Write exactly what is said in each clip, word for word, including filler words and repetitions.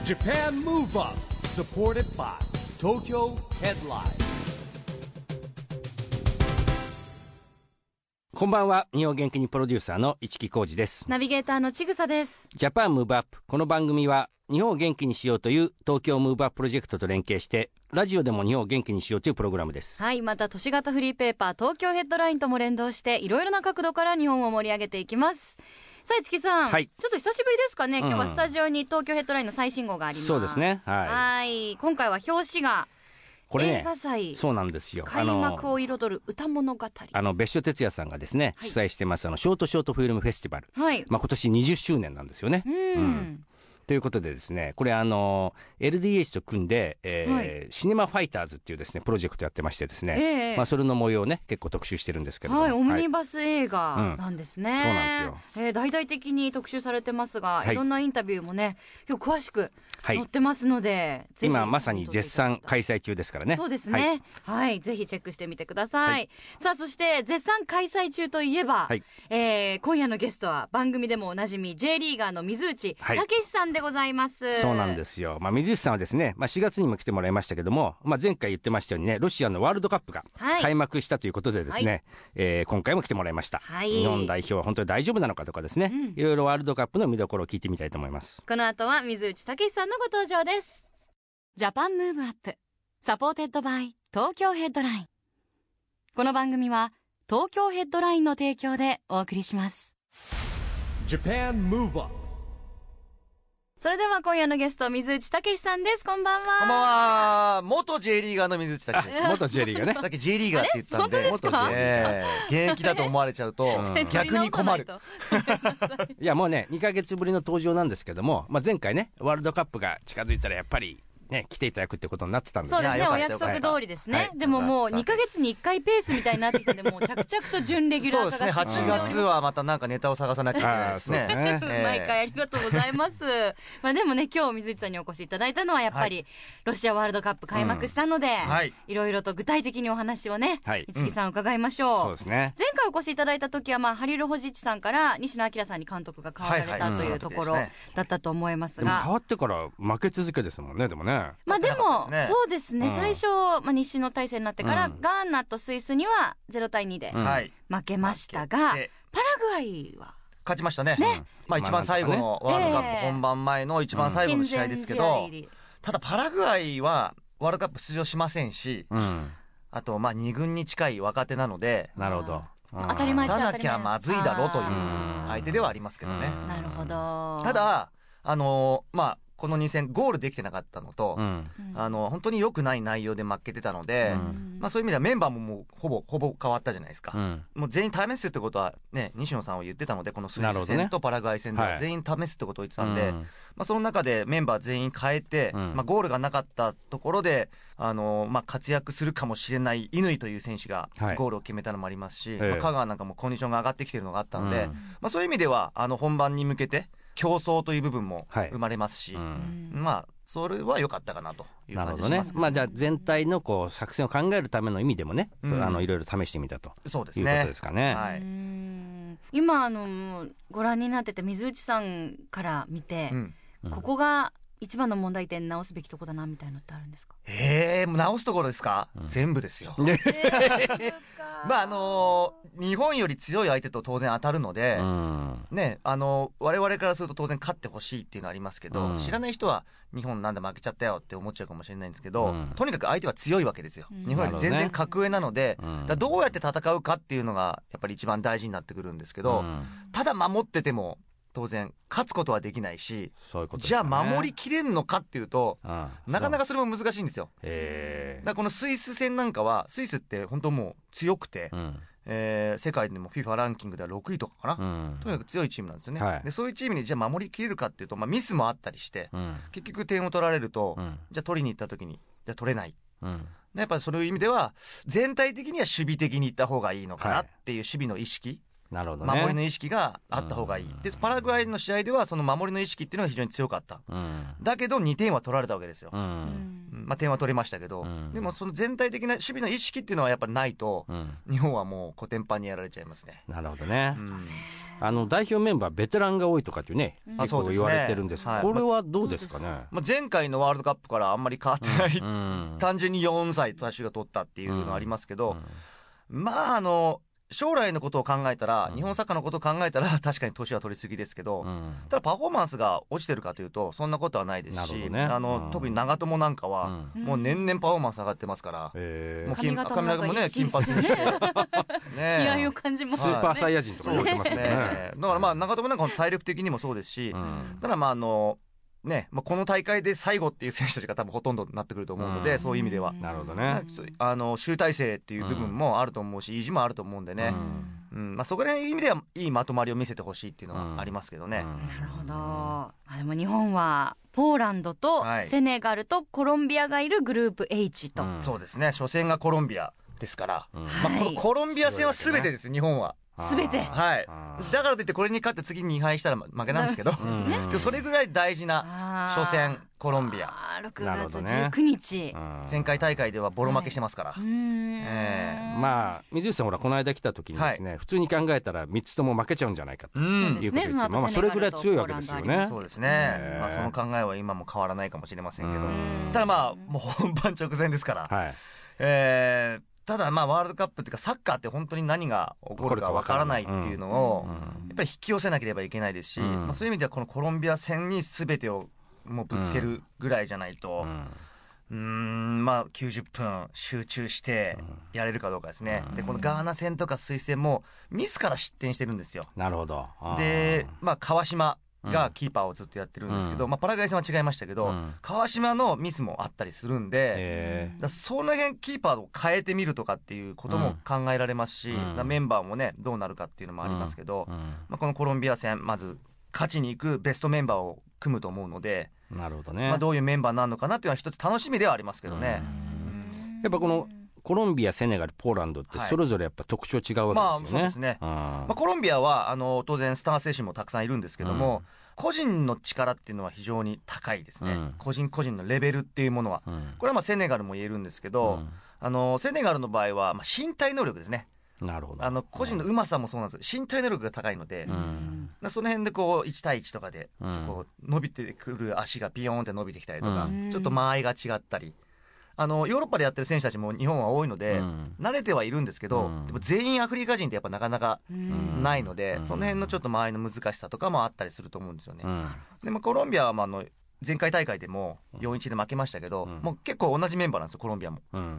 Japan Move Up supported by Tokyo Headline。 こんばんは。日本元気にプロデューサーの市木浩司です。 ナビゲーターのちぐさです。 ジャパンムーブアップ。この番組は日本を元気にしようという東京ムーブアッププロジェクトと連携してラジオでも日本を元気にしようというプログラムです。 はい、また都市型フリーペーパー東京ヘッドラインとも連動していろいろな角度から日本を盛り上げていきます。さあ市木さん、はい、ちょっと久しぶりですかね、うん、今日はスタジオに東京ヘッドラインの最新号があります。 そうですね、はい、 はい今回は表紙がこれ、ね、映画祭そうなんですよ。 開幕を彩る歌物語、 あの別所哲也さんがですね、はい、主催してますあのショートショートフィルムフェスティバル、はいまあ、今年にじゅっしゅうねんなんですよね。うん、うんということでですね、これあの エルディーエイチ と組んで、えーはい、シネマファイターズっていうですねプロジェクトやってましてですね、えーまあ、それの模様をね結構特集してるんですけれども、 はい、オムニバス映画なんですね、 うん、そうなんですよ、 えー、大々的に特集されてますが、はい、いろんなインタビューもね今日詳しく載ってますので、はい、 今まさに絶賛開催中ですからね。 そうですね、はい、はい、ぜひチェックしてみてください、はい、さあそして絶賛開催中といえば、はいえー、今夜のゲストは番組でもおなじみ J リーガーの水内武さんでございます、はいそうなんですよ、まあ、水内さんはですね、まあ、しがつにも来てもらいましたけども、まあ、前回言ってましたようにねロシアのワールドカップが開幕したということでですね、はいえー、今回も来てもらいました、はい、日本代表は本当に大丈夫なのかとかですね、うん、いろいろワールドカップの見どころを聞いてみたいと思います。 この後は水内武さんのご登場です。ジャパンムーブアップサポーテッドバイ東京ヘッドライン。この番組は東京ヘッドラインの提供でお送りします。 Japan Move Up。 それでは今夜のゲスト水内武さんです。こんばんは。 こんばんは。元 J リーガーの水内武です。 元 J リーガーね。 さっき J リーガーって言ったんで、 本当ですか、 えー、現役だと思われちゃうと、うん、逆に困る。 いやもうねにかげつぶりの登場なんですけども、まあ、前回ねワールドカップが近づいたらやっぱりね、来ていただくってことになってたんで、 そうですね、お約束通りですね、はい、でももうにかげつにいっかいペースみたいになってきたんでもう着々と準レギュラー化が進んでおります。 そうですね、はちがつはまたなんかネタを探さなきゃいけないですね。 ねえー、毎回ありがとうございますまあでもね今日水内さんにお越しいただいたのはやっぱり、はい、ロシアワールドカップ開幕したので、うんはい、いろいろと具体的にお話をね、はい、市木さん伺いましょう、うん、 そうですね、 前回お越しいただいた時は、まあ、ハリル・ホジッチさんから西野亮さんに監督が変わられた、はいはい、というところだったと思いますが、 でも変わってから負け続けですもんね。でもねまあでもそうですね、うん、最初、まあ、西の体制になってから、うん、ガーナとスイスにはゼロたいにで負けましたが、うん、パラグアイは勝ちましたね、ねまあ、一番最後のワールドカップ本番前の一番最後の試合ですけど、うん、ただパラグアイはワールドカップ出場しませんし、うん、あとまあに軍に近い若手なので、 なるほど、 当たり前っちゃ当たり前勝たなきゃまずいだろうという相手ではありますけどね。 なるほど。 ただあのー、まあこのに戦ゴールできてなかったのと、うん、あの本当に良くない内容で負けてたので、うんまあ、そういう意味ではメンバーももうほぼほぼ変わったじゃないですか、うん、もう全員試すってことはね西野さんは言ってたので、このスイス戦とパラグアイ戦では全員試すってことを言ってたんで、はいまあ、その中でメンバー全員変えて、うんまあ、ゴールがなかったところであの、まあ、活躍するかもしれない乾という選手がゴールを決めたのもありますし、はいまあ、香川なんかもコンディションが上がってきてるのがあったので、うんまあ、そういう意味ではあの本番に向けて競争という部分も生まれますし、はいうん、まあそれは良かったかなという感じがします。 なるほどね。まあじゃあ全体のこう作戦を考えるための意味でもね、うん、あのいろいろ試してみたとそうです、 ね、いうことですかね。 はい、うん今あのご覧になってて水内さんから見て、うんうん、ここが一番の問題点直すべきとこだなみたいなのってあるんですか？ えー、直すところですか、うん、全部ですよ、えー、まああのー、日本より強い相手と当然当たるので、うん、ねあのー、我々からすると当然勝ってほしいっていうのはありますけど、うん、知らない人は日本なんで負けちゃったよって思っちゃうかもしれないんですけど、うん、とにかく相手は強いわけですよ、うん、日本より全然格上なので、うん、だどうやって戦うかっていうのがやっぱり一番大事になってくるんですけど、うん、ただ守ってても当然勝つことはできないし、 そういうことですね、 じゃあ守りきれんのかっていうと、うん、なかなかそれも難しいんですよ。へだからこのスイス戦なんかはスイスって本当もう強くて、うんえー、世界でも フィファ ランキングではろくいとかかな、うん、とにかく強いチームなんですよね、はい、でそういうチームにじゃあ守りきれるかっていうと、まあ、ミスもあったりして、うん、結局点を取られると、うん、じゃあ取りに行った時にじゃあ取れない、うんやっぱりそういう意味では全体的には守備的にいった方がいいのかなっていう守備の意識、はいなるほどね、守りの意識があった方がいい。でパラグアイの試合ではその守りの意識っていうのが非常に強かった、うん、だけどにてんは取られたわけですよ、うんまあ、点は取れましたけど、うん、でもその全体的な守備の意識っていうのはやっぱりないと、うん、日本はもうコテンパンにやられちゃいますね。 なるほどね、うんあの代表メンバーベテランが多いとかっていうね、うん、結構言われてるんですけど、はい、これはどうですかね。 まあ、前回のワールドカップからあんまり変わってない、うん、単純によんさい年が取ったっていうのはありますけど、うんうん、まああの将来のことを考えたら、うん、日本サッカーのことを考えたら確かに年は取りすぎですけど、うん、ただパフォーマンスが落ちてるかというとそんなことはないですし、ね、あの、うん、特に長友なんかは、うん、もう年々パフォーマンス上がってますから、うん、もう金髪もね金髪にしてね気合を感じます、 ね、スーパーサイヤ人とか言ってますね。 ねだからまあ長友なんかも体力的にもそうですし、うん、ただまああのねまあ、この大会で最後っていう選手たちが多分ほとんどになってくると思うので、うん、そういう意味ではなるほどね、 あの集大成っていう部分もあると思うし、うん、意地もあると思うんでね、うんうんまあ、そこら辺意味ではいいまとまりを見せてほしいっていうのはありますけどね、うんうん、 なるほど。あでも日本はポーランドとセネガルとコロンビアがいるグループ H と、 うん、そうですね。初戦がコロンビアですから、うんまあ、このコロンビア戦は全てです、ね、日本はすべて、 はい、だからといってこれに勝って次にに敗したら負けなんですけど、うん、それぐらい大事な初戦コロンビアろくがつじゅうくにち、 ね、前回大会ではボロ負けしてますから、はいえー、まあ水内さんほらこの間来た時にですね、はい、普通に考えたらみっつとも負けちゃうんじゃないかということで言って、まあ、まあそれぐらい強いわけですよね。 そうですね、まあ、その考えは今も変わらないかもしれませんけど、ただまあもう本番直前ですから、はいえーただまあワールドカップっていうかサッカーって本当に何が起こるかわからないっていうのをやっぱり引き寄せなければいけないですし、まあ、そういう意味ではこのコロンビア戦に全てをもうぶつけるぐらいじゃないとうーんまあきゅうじゅっぷん集中してやれるかどうかですね。でこのガーナ戦とかスイス戦もミスから失点してるんですよ。 なるほど。 でまあ川島がキーパーをずっとやってるんですけど、うんまあ、パラグアイ戦は違いましたけど、うん、川島のミスもあったりするんで、だその辺キーパーを変えてみるとかっていうことも考えられますし、うん、メンバーもねどうなるかっていうのもありますけど、うんまあ、このコロンビア戦まず勝ちに行くベストメンバーを組むと思うので、 なるほどね、 まあ、どういうメンバーになるのかなっていうのは一つ楽しみではありますけどね。 やっぱこのコロンビア、セネガル、ポーランドってそれぞれやっぱ特徴違うわけですよね。 まあそうですね。まあ、コロンビアはあの当然スター選手もたくさんいるんですけども、うん、個人の力っていうのは非常に高いですね、うん、個人個人のレベルっていうものは、うん、これはまあセネガルも言えるんですけど、うん、あのセネガルの場合はまあ身体能力ですね。 なるほど。 あの個人のうまさもそうなんです身体能力が高いので、うん、その辺でこういち対いちとかでこう伸びてくる足がビヨーンって伸びてきたりとか、うん、ちょっと間合いが違ったり、あのヨーロッパでやってる選手たちも日本は多いので、うん、慣れてはいるんですけど、うん、でも全員アフリカ人ってやっぱなかなかないので、うん、その辺のちょっと間合いの難しさとかもあったりすると思うんですよね、うん、でもコロンビアはまああの前回大会でも よんたいいち で負けましたけど、うん、もう結構同じメンバーなんですよコロンビアも、うんうん、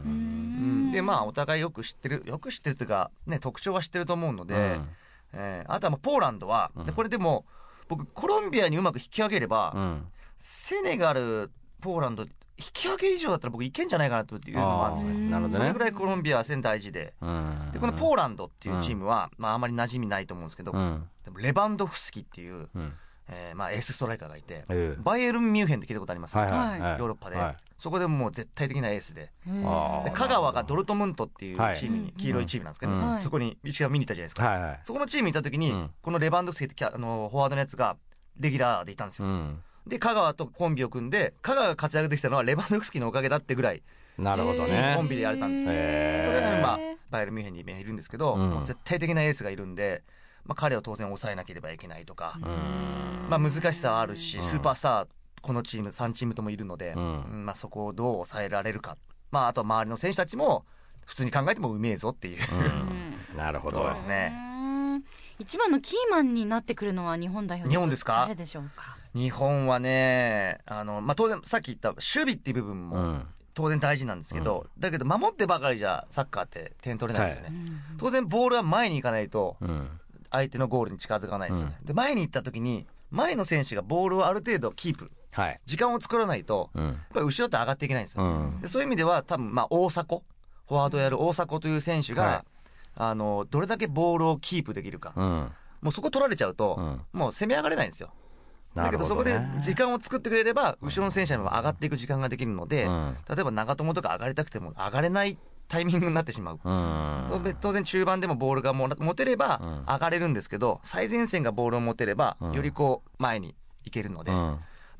でまあお互いよく知ってるよく知ってるというか、ね、特徴は知ってると思うので、うんえー、あとはまあポーランドは、うん、でこれでも僕コロンビアにうまく引き上げれば、うん、セネガルポーランド引き分け以上だったら僕いけんじゃないかなというのもあるんですね。なるほどね。それぐらいコロンビアは戦大事で、でこのポーランドっていうチームは、まあ、あまり馴染みないと思うんですけど、うん、でもレバンドフスキっていう、うんえーまあ、エースストライカーがいて、えー、バイエルンミュンヘンって聞いたことありますか、ねはいはい、ヨーロッパで、はい、そこでもう絶対的なエースで、で香川がドルトムントっていうチームに、はい、黄色いチームなんですけど、ねうん、そこに石川見に行ったじゃないですか、はいはい、そこのチームにいた時に、うん、このレバンドフスキってあのフォワードのやつがレギュラーでいたんですよ、うんで香川とコンビを組んで香川が活躍できたのはレバンドフスキのおかげだってぐらいなるほどねいいコンビでやれたんですよ。それが今バイエルンミュンヘンにいるんですけど、うん、もう絶対的なエースがいるんで、まあ、彼を当然抑えなければいけないとか、まあ、難しさはあるし、スーパースターこのチームさんチームともいるので、うんまあ、そこをどう抑えられるか、まあ、あとは周りの選手たちも普通に考えてもうめえぞっていう、 うん、なるほどですね。 一番のキーマンになってくるのは日本代表日本ですか。 誰でしょうか。 日本はねあの、まあ、当然さっき言った守備っていう部分も当然大事なんですけど、うん、だけど守ってばかりじゃサッカーって点取れないですよね、はい、当然ボールは前に行かないと相手のゴールに近づかないですよね、うん、で前に行った時に前の選手がボールをある程度キープ、はい、時間を作らないと、うん、やっぱり後ろって上がっていけないんですよ、うん、でそういう意味では多分まあ大迫フォワードやる大迫という選手が、はい、あのどれだけボールをキープできるか、うん、もうそこ取られちゃうと、うん、もう攻め上がれないんですよ。だけどそこで時間を作ってくれれば後ろの選手にも上がっていく時間ができるので、うん、例えば長友とか上がりたくても上がれないタイミングになってしまう、うん、当然中盤でもボールが持てれば上がれるんですけど、最前線がボールを持てればよりこう前に行けるので、うん、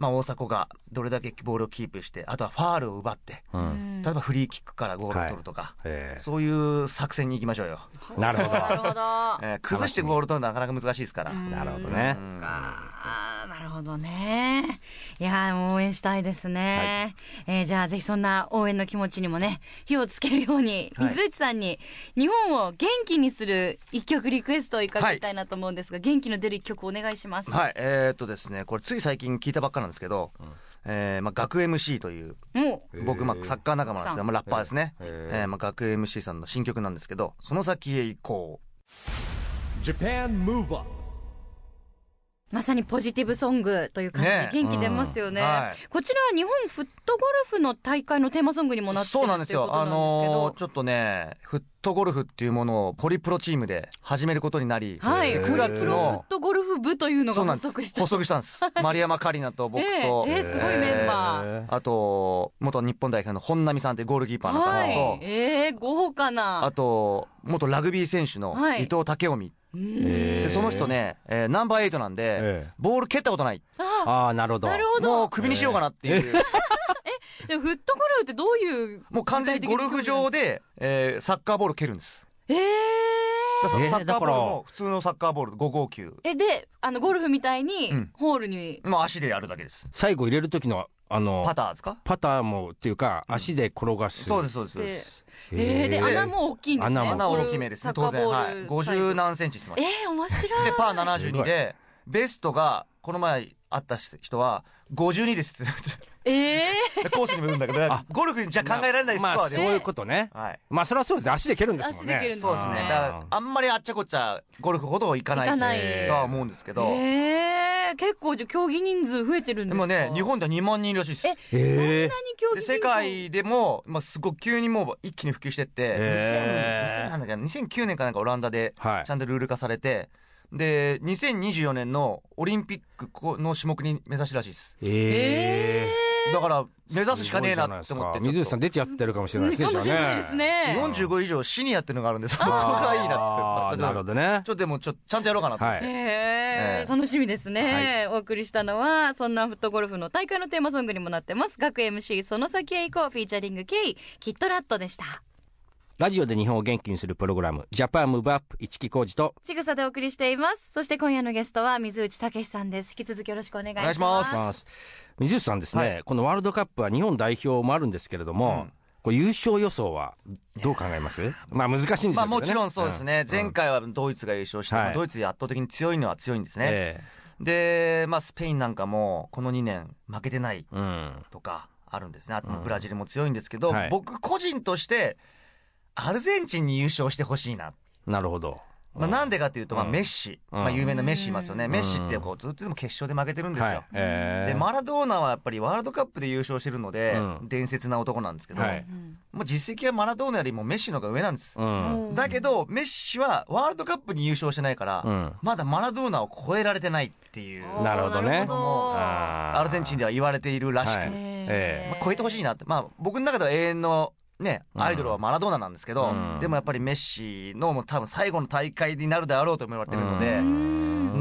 まあ、大迫がどれだけボールをキープして、あとはファールを奪って、うん、例えばフリーキックからゴールを取るとか、はい、そういう作戦に行きましょうよ。 なるほどなるほど、 えー、崩してゴール取るのはなかなか難しいですから。 なるほどね。 あ、なるほどね。いやもう応援したいですね、はい、えー、じゃあぜひそんな応援の気持ちにもね火をつけるように、はい、水内さんに日本を元気にする一曲リクエストを伺いたいなと思うんですが、はい、元気の出る一曲お願いします。 はい、えー、っとですねこれつい最近聞いたばっかなんですけど、うん、えーまあ、学 エムシー という僕、まあ、サッカー仲間なんですけど、まあ、ラッパーですね、えーまあ、学 エムシー さんの新曲なんですけど、その先へ行こう。 Japan Move Up、 まさにポジティブソングという感じで元気出ますよね、ね、うん、はい、こちらは日本フットゴルフの大会のテーマソングにもなってるということなんですけど。そうなんですよ、あのー、 ちょっとねフットゴルフっていうものをポリプロチームで始めることになり、 はい、くがつのフットゴルフ部というのが発足した。 発足したんです丸山桂里奈と僕と、えーえー、すごいメンバー、 あと元日本代表の本並さんというゴールキーパーの方と、はい、 えー、豪華な、 あと元ラグビー選手の伊藤武臣、はい、でその人ね、えー、ナンバーエイトなんで、えー、ボール蹴ったことない。 ああ、なるほど。 もうクビにしようかなっていう、えー、 えでもフットゴルフってどういう、 もう完全にゴルフ場で、えー、サッカーボール蹴るんです。 えー、 だからサッカーボールも普通のサッカーボールご号球、 えであのゴルフみたいにホールに、 うん、もう足でやるだけです。 最後入れる時のあのパターですか。 パターもっていうか足で転がす、 うん、そうですそうですそうです。 えー、で穴も大きいんですね。 穴も大きめですね当然、はい、ごじゅう何センチします。 えー、面白い。 でパーななじゅうにでベストがこの前会った人はごじゅうにですってえー、 コースにもいるんだけどゴルフにじゃ考えられないスコアで、 まあ、そういうことね、はい、まあそれはそうです。足で蹴るんですもんね。 そうですね。だからあんまりあっちゃこっちゃゴルフほどいかないとは思うんですけど、 えー、結構競技人数増えてるんですか。 でもね日本ではにまんにんらしいです。 え、えー、そんなに競技人数。世界でも、まあ、すごく急にもう一気に普及してって、 えー、 にせんなんだっけにせんきゅうねんかなんかオランダでちゃんとルール化されて、はい、でにせんにじゅうよねんのオリンピックの種目に目指しらしいです。 えー、だから目指すしかねえなって思って。 水内さん出ちゃってるかもしれないですね。 かもしれないですね。 よんじゅうご以上シニアっていうのがあるんで、そこがいいなって。 あなるほどね。 ちょっとでもちょちゃんとやろうかなと、はい、 えー、楽しみですね、はい、お送りしたのはそんなフットゴルフの大会のテーマソングにもなってます学 エムシー その先へ行こうフィーチャリング K キットラットでした。 ラジオで日本を元気にするプログラムジャパンムーブアップ、市木浩二とちぐさでお送りしています。そして今夜のゲストは水内武さんです。引き続きよろしくお願いします。お願いします。 水内さんですね、はい、このワールドカップは日本代表もあるんですけれども、うん、これ優勝予想はどう考えます？まあ難しいんですよね。まあもちろんそうですね、うん、前回はドイツが優勝して、うん、ドイツ圧倒的に強いのは強いんですね、えー、で、まあ、スペインなんかもこのにねん負けてないとかあるんですね、あとブラジルも強いんですけど、うんはい、僕個人としてアルゼンチンに優勝してほしいな。 なるほど。 まあ、なんでかというと、まあ、メッシ、うん、まあ、有名なメッシいますよね、うん、メッシってこうずっとでも決勝で負けてるんですよ、はいえー、でマラドーナはやっぱりワールドカップで優勝してるので、うん、伝説な男なんですけど、はい、もう実績はマラドーナよりもメッシの方が上なんです、うん、だけどメッシはワールドカップに優勝してないから、うん、まだマラドーナを超えられてないっていうなるほどねもアルゼンチンでは言われているらしく、はいえーまあ、超えてほしいなって、まあ、僕の中では永遠のね、アイドルはマラドーナなんですけど、うん、でもやっぱりメッシのも多分最後の大会になるであろうと言われてるので、うん、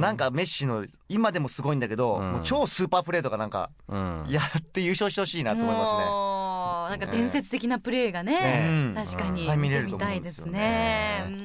なんかメッシの今でもすごいんだけど、うん、もう超スーパープレーとかなんかやって優勝してほしいなと思いますね、 うん、なんか伝説的なプレーがね、ね確かに見てみたいですね、うん、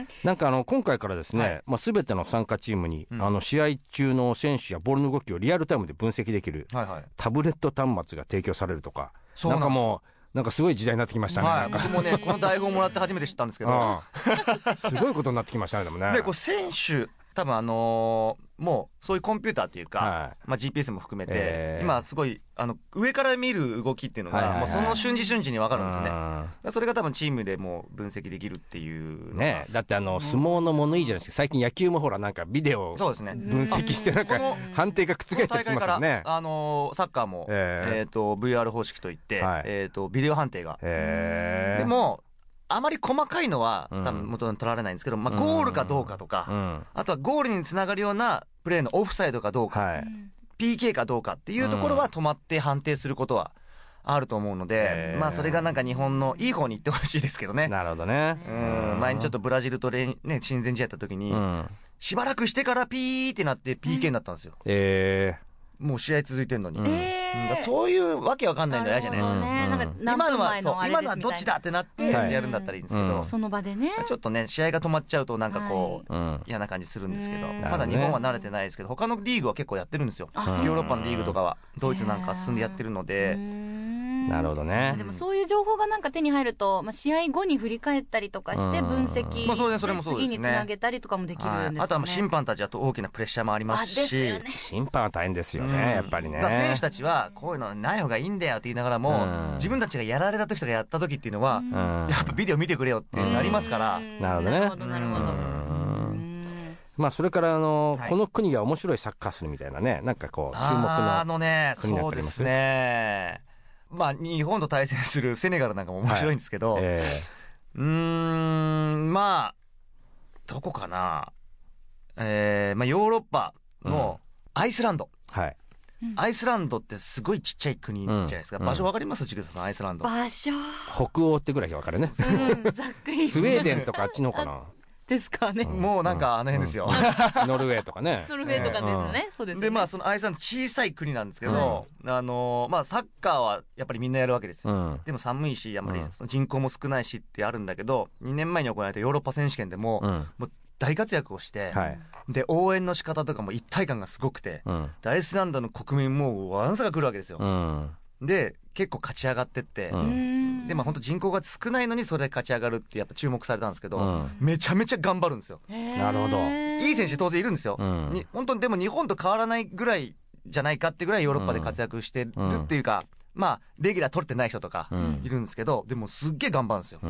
なんかあの今回からですね、はいまあ、全ての参加チームに、うん、あの試合中の選手やボールの動きをリアルタイムで分析できる、はいはい、タブレット端末が提供されるとか、 そうなんかもうなんかすごい時代になってきましたね、 はい、僕もねこの台本もらって初めて知ったんですけどすごいことになってきましたね。でもねでこう選手多分あのー、もうそういうコンピューターというか、はいまあ、ジーピーエス も含めて、えー、今すごいあの上から見る動きっていうのが、はいはいはい、もうその瞬時瞬時に分かるんですね。それが多分チームでもう分析できるっていうのね。だってあの相撲のものいいじゃないですか。最近野球もほらなんかビデオ分析してなんか判定が覆ったりしますよね。 あのー、サッカーも、えーえー、と ブイアール 方式といって、はいえー、とビデオ判定が、えー、でもあまり細かいのは多分元に取られないんですけど、まあ、ゴールかどうかとか、うん、あとはゴールにつながるようなプレーのオフサイドかどうか、はい、ピーケー かどうかっていうところは止まって判定することはあると思うので、うん、まあそれがなんか日本のいい方に行ってほしいですけどね。 なるほどね。 うん前にちょっとブラジルと連、ね、親善試合やった時に、うん、しばらくしてからピーってなって ピーケー になったんですよ、 うんえーもう試合続いてるのに、 えー、 そういうわけわかんないの嫌じゃないですか、 ね、なんか今のはそう今のはどっちだってなってやるんだったらいいんですけど、 うん、その場でねちょっとね試合が止まっちゃうとなんかこう、はい、嫌な感じするんですけど、まだ日本は慣れてないですけど他のリーグは結構やってるんですよ。ヨーロッパのリーグとかはドイツなんか進んでやってるので。 なるほどね。 でもそういう情報がなんか手に入ると、まあ、試合後に振り返ったりとかして分析、 まあそうね、それもそうですね、 次につなげたりとかもできるんですよね。 あとは審判たちだと大きなプレッシャーもありますし、 あ、ね、 審判は大変ですよね、うん、やっぱりね。 だから選手たちはこういうのない方がいいんだよって言いながらも、うん、自分たちがやられた時とかやった時っていうのは、うん、やっぱビデオ見てくれよってなりますから、うん、 なるほどね。 なるほどなるほど。 まあ、それからあの、 はい、 この国が面白いサッカーするみたいなね、なんかこう注目の国なんかあります？ あのね、そうですね、まあ、日本と対戦するセネガルなんかも面白いんですけど、はい、えー、うーんまあどこかな、えーまあ、ヨーロッパのアイスランド、うん、はい、アイスランドってすごいちっちゃい国じゃないですか、うん、場所わかります？ちぐささん、アイスランド場所北欧ってぐらいわかるね、 うん、ざっくりスウェーデンとかあっちのかなですかね、 うん、もうなんかあの辺ですよ、 うん、ノルウェーとかねノルウェーとかですよね、うん、そうですね。 でまあそのアイスランド小さい国なんですけど、うん、あのまあサッカーはやっぱりみんなやるわけですよ、うん、でも寒いしあんまり人口も少ないしってあるんだけど、にねんまえに行われたヨーロッパ選手権でも、うん、もう大活躍をして、はい、で応援の仕方とかも一体感がすごくて、うん、アイスランドの国民もわんさが来るわけですよ、うん、で結構勝ち上がってって、うん、でまあ本当人口が少ないのにそれで勝ち上がるってやっぱ注目されたんですけど、うん、めちゃめちゃ頑張るんですよ。 なるほど。 いい選手当然いるんですよ、うん、に本当にでも日本と変わらないぐらいじゃないかってぐらいヨーロッパで活躍してるっていうか、うん、まあレギュラー取れてない人とかいるんですけど、うん、でもすっげえ頑張るんですよ、うん、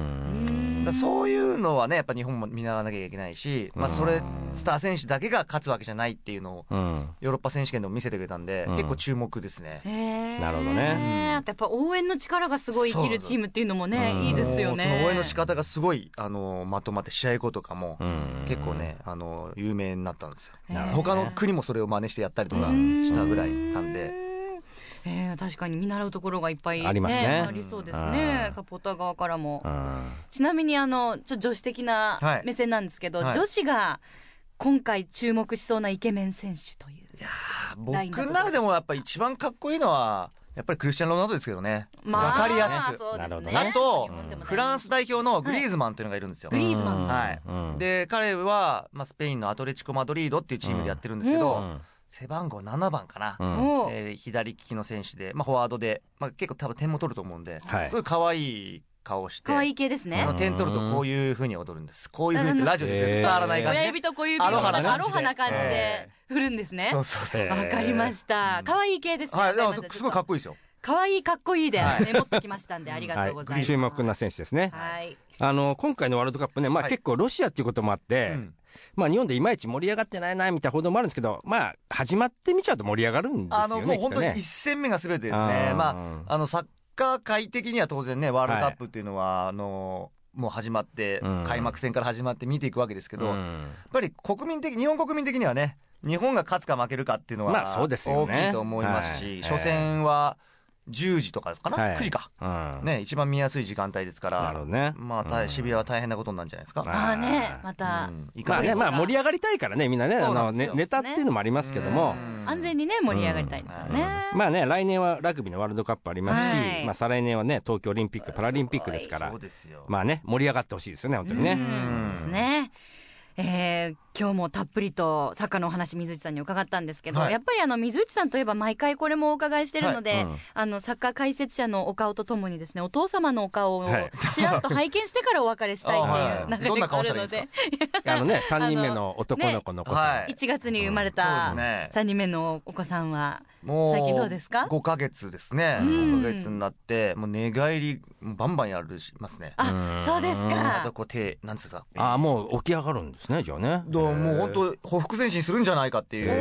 だそういうのはねやっぱ日本も見習わなきゃいけないし、まあ、それスター選手だけが勝つわけじゃないっていうのをヨーロッパ選手権でも見せてくれたんで、うん、結構注目ですね。 へなるほどね。 あとやっぱ応援の力がすごい生きるチームっていうのもね、いいですよね。 その応援の仕方がすごいあのまとまって試合後とかも結構ねあの有名になったんですよ。他の国もそれを真似してやったりとかしたぐらいなんで、 えー、確かに見習うところがいっぱい、ね、 ありますね。 ありそうですね、サポーター側からも。ちなみにあのちょっと女子的な目線なんですけど、はい、女子が今回注目しそうなイケメン選手という。 いや僕の中でもやっぱ一番かっこいいのはやっぱりクリスチャン・ロナウドですけどね、まあ、分かりやすく。 そうですね、 あとフランス代表のグリーズマンというのがいるんですよ、 はい、グリーズマン、 はい、うん、で彼は、まあ、スペインのアトレチコ・マドリードっていうチームでやってるんですけど、うん、背番号ななばんかな、うん、えー、左利きの選手で、まあ、フォワードで、まあ、結構多分点も取ると思うんで、はい、すごい可愛い顔をして、 可愛い系ですね。 あの点取るとこういう風に踊るんです。こういう風にラジオで伝わらない感じで、 親指と小指をアロハな感じで振るんですね。 そうそうそう。 わかりました。可愛い系ですね。 はい、すごいかっこいいですよ。 可愛いかっこいいでメモってきましたんで、ありがとうございます。 注目な選手ですね。はい。あの今回のワールドカップね、まあ結構ロシアっていうこともあって、まあ日本でいまいち盛り上がってないなみたいな報道もあるんですけど、まあ始まってみちゃうと盛り上がるんですよね。あのもう本当に一戦目が全てですね。まああのサッカー界的には当然ね、ワールドカップっていうのはあのもう始まって、開幕戦から始まって見ていくわけですけど、やっぱり国民的日本国民的にはね、日本が勝つか負けるかっていうのは大きいと思いますし、初戦はじゅうじとかですかな、はい、くじか、うんね、一番見やすい時間帯ですから、なるほどね、まあ、うん、渋谷は大変なことになるんじゃないですか。 まあね、また、うん、 まあね、まあ、盛り上がりたいからね、みんなね、あのねネタっていうのもありますけども、 安全にね盛り上がりたいですよね、 うん、まあね、来年はラグビーのワールドカップありますし、はい、まあ、再来年はね東京オリンピックパラリンピックですから、そうですよ、まあね、盛り上がってほしいですよね、本当にね。 うんですね。えー、今日もたっぷりとサッカーのお話水内さんに伺ったんですけど、はい、やっぱりあの水内さんといえば毎回これもお伺いしてるので、はい、うん、あのサッカー解説者のお顔とともにですね、お父様のお顔をちらっと拝見してからお別れしたいっていう流れがあるので、 あのね、さんにんめの男の子の子さん、ね、はい、 いちがつに生まれたさんにんめのお子さんは最近どうですか？ ごかげつですね、ごかげつになってもう寝返りバンバンやるしますね。 あ、そうですか。 あとこう手なんですか、 ああ、もう起き上がるんですね、じゃあね。 どうもう本当ほふ前進するんじゃないかっていうぐらい、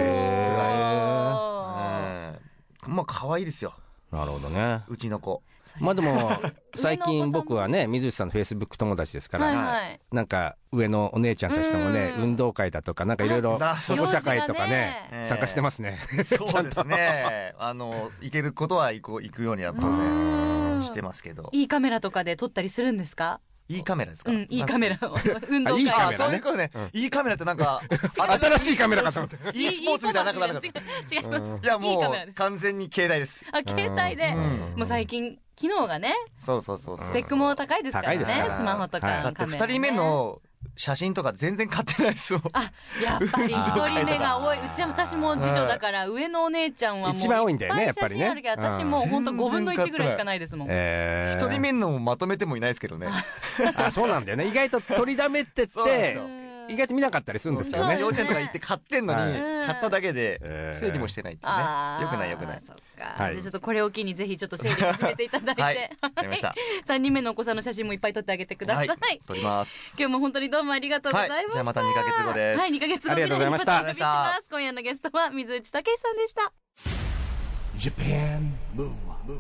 まあ可愛いですよ。 なるほどね、 うちの子。 まあでも最近僕はね、水内さんのフェイスブック友達ですから、はいはい、なんか上のお姉ちゃんたちともね、運動会だとかなんかいろいろ保護者会とかね参加してますね。 そうですね、あの行けることは行く行くようには当然してますけど。 いいカメラとかで撮ったりするんですか？ いいカメラですか？ うん、いいカメラを運動会いいカメラね。 そういうことね。いいカメラってなんか新しいカメラかと思って。 いいスポーツみたいななんかダメだ。 違います。 いやもう完全に携帯です。 あ、携帯で。もう最近機能がね。 そうそうそう。 スペックも高いですからね。スマホとかだって二人目の写真とか全然買ってないですもん。 あ、やっぱり一人目が多い。うちは私も次女だから上のお姉ちゃんはもう一番多いんだよね、やっぱりね。 私もう本当ごぶんのいちぐらいしかないですもん。 一人目のもまとめてもいないですけどね。 あ、そうなんだよね。意外と取りだめってって意外と見なかったりするんですよね。 幼稚園とか行って買ってんのに買っただけで整理もしてないっていうね。よくないよくない。 そっか。ちょっとこれを機にぜひちょっと整理始めていただいて。 はい。わかりました。 さんにんめのお子さんの写真もいっぱい撮ってあげてください。 撮ります。 今日も本当にどうもありがとうございました。 じゃあまたにかげつごです。 はい、にかげつごありがとうございました。 今夜のゲストは水内武さんでした。 Japan Move Up。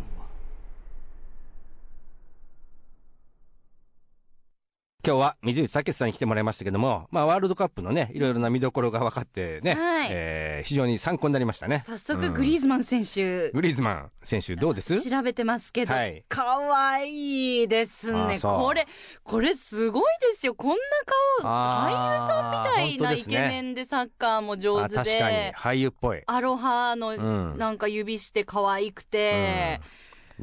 今日は水内武さんに来てもらいましたけども、まあ、ワールドカップのねいろいろな見どころが分かってね、はい、えー、非常に参考になりましたね。 早速グリーズマン選手、 うん、グリーズマン選手どうです？ 調べてますけど、はい、かわいいですね。これこれすごいですよ。こんな顔、俳優さんみたいなイケメンでサッカーも上手で、 確かに俳優っぽい。 アロハのなんか指して可愛くて、うん、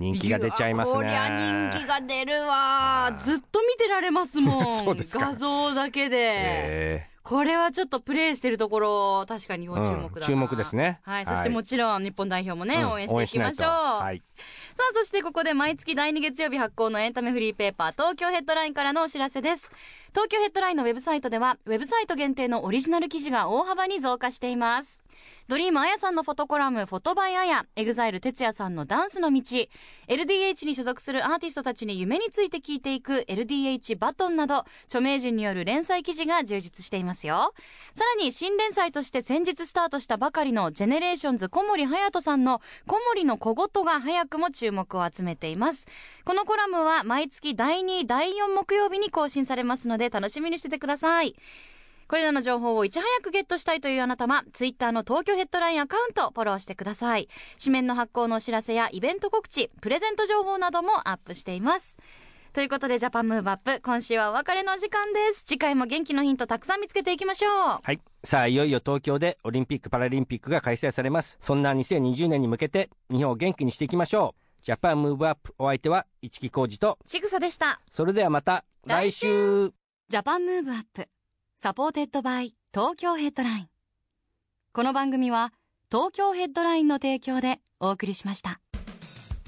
人気が出ちゃいますね。 こりゃ人気が出るわ。ずっと見てられますもん。そうですか。画像だけで、えー、これはちょっとプレーしてるところ確かに要注目だな、うん、 注目ですね。 はい、そしてもちろん日本代表もね、うん、応援していきましょう。はい、さあそしてここで毎月だいに月曜日発行のエンタメフリーペーパー東京ヘッドラインからのお知らせです。東京ヘッドラインのウェブサイトではウェブサイト限定のオリジナル記事が大幅に増加しています。ドリームあやさんのフォトコラムフォトバイあや、エグザイル哲也さんのダンスの道、 エルディーエイチ に所属するアーティストたちに夢について聞いていく エルディーエイチ バトンなど著名人による連載記事が充実していますよ。さらに新連載として先日スタートしたばかりのジェネレーションズ小森隼人さんの小森の小言が早くも注目を集めています。このコラムは毎月だいに、だいよん木曜日に更新されますので楽しみにしててください。これらの情報をいち早くゲットしたいというあなたはツイッターの東京ヘッドラインアカウントフォローしてください。紙面の発行のお知らせやイベント告知、プレゼント情報などもアップしています。ということでジャパンムーブアップ、今週はお別れの時間です。次回も元気のヒントたくさん見つけていきましょう。 はい、さあいよいよ東京でオリンピックパラリンピックが開催されます。そんなにせんにじゅうねんに向けて日本を元気にしていきましょう。ジャパンムーブアップ、お相手は市木浩二とちぐさでした。 それではまた来週。 ジャパンムーブアップサポーテッドバイ東京ヘッドライン。この番組は東京ヘッドラインの提供でお送りしました。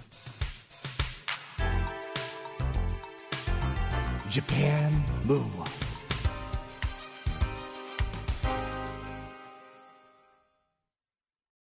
Japan Move Up。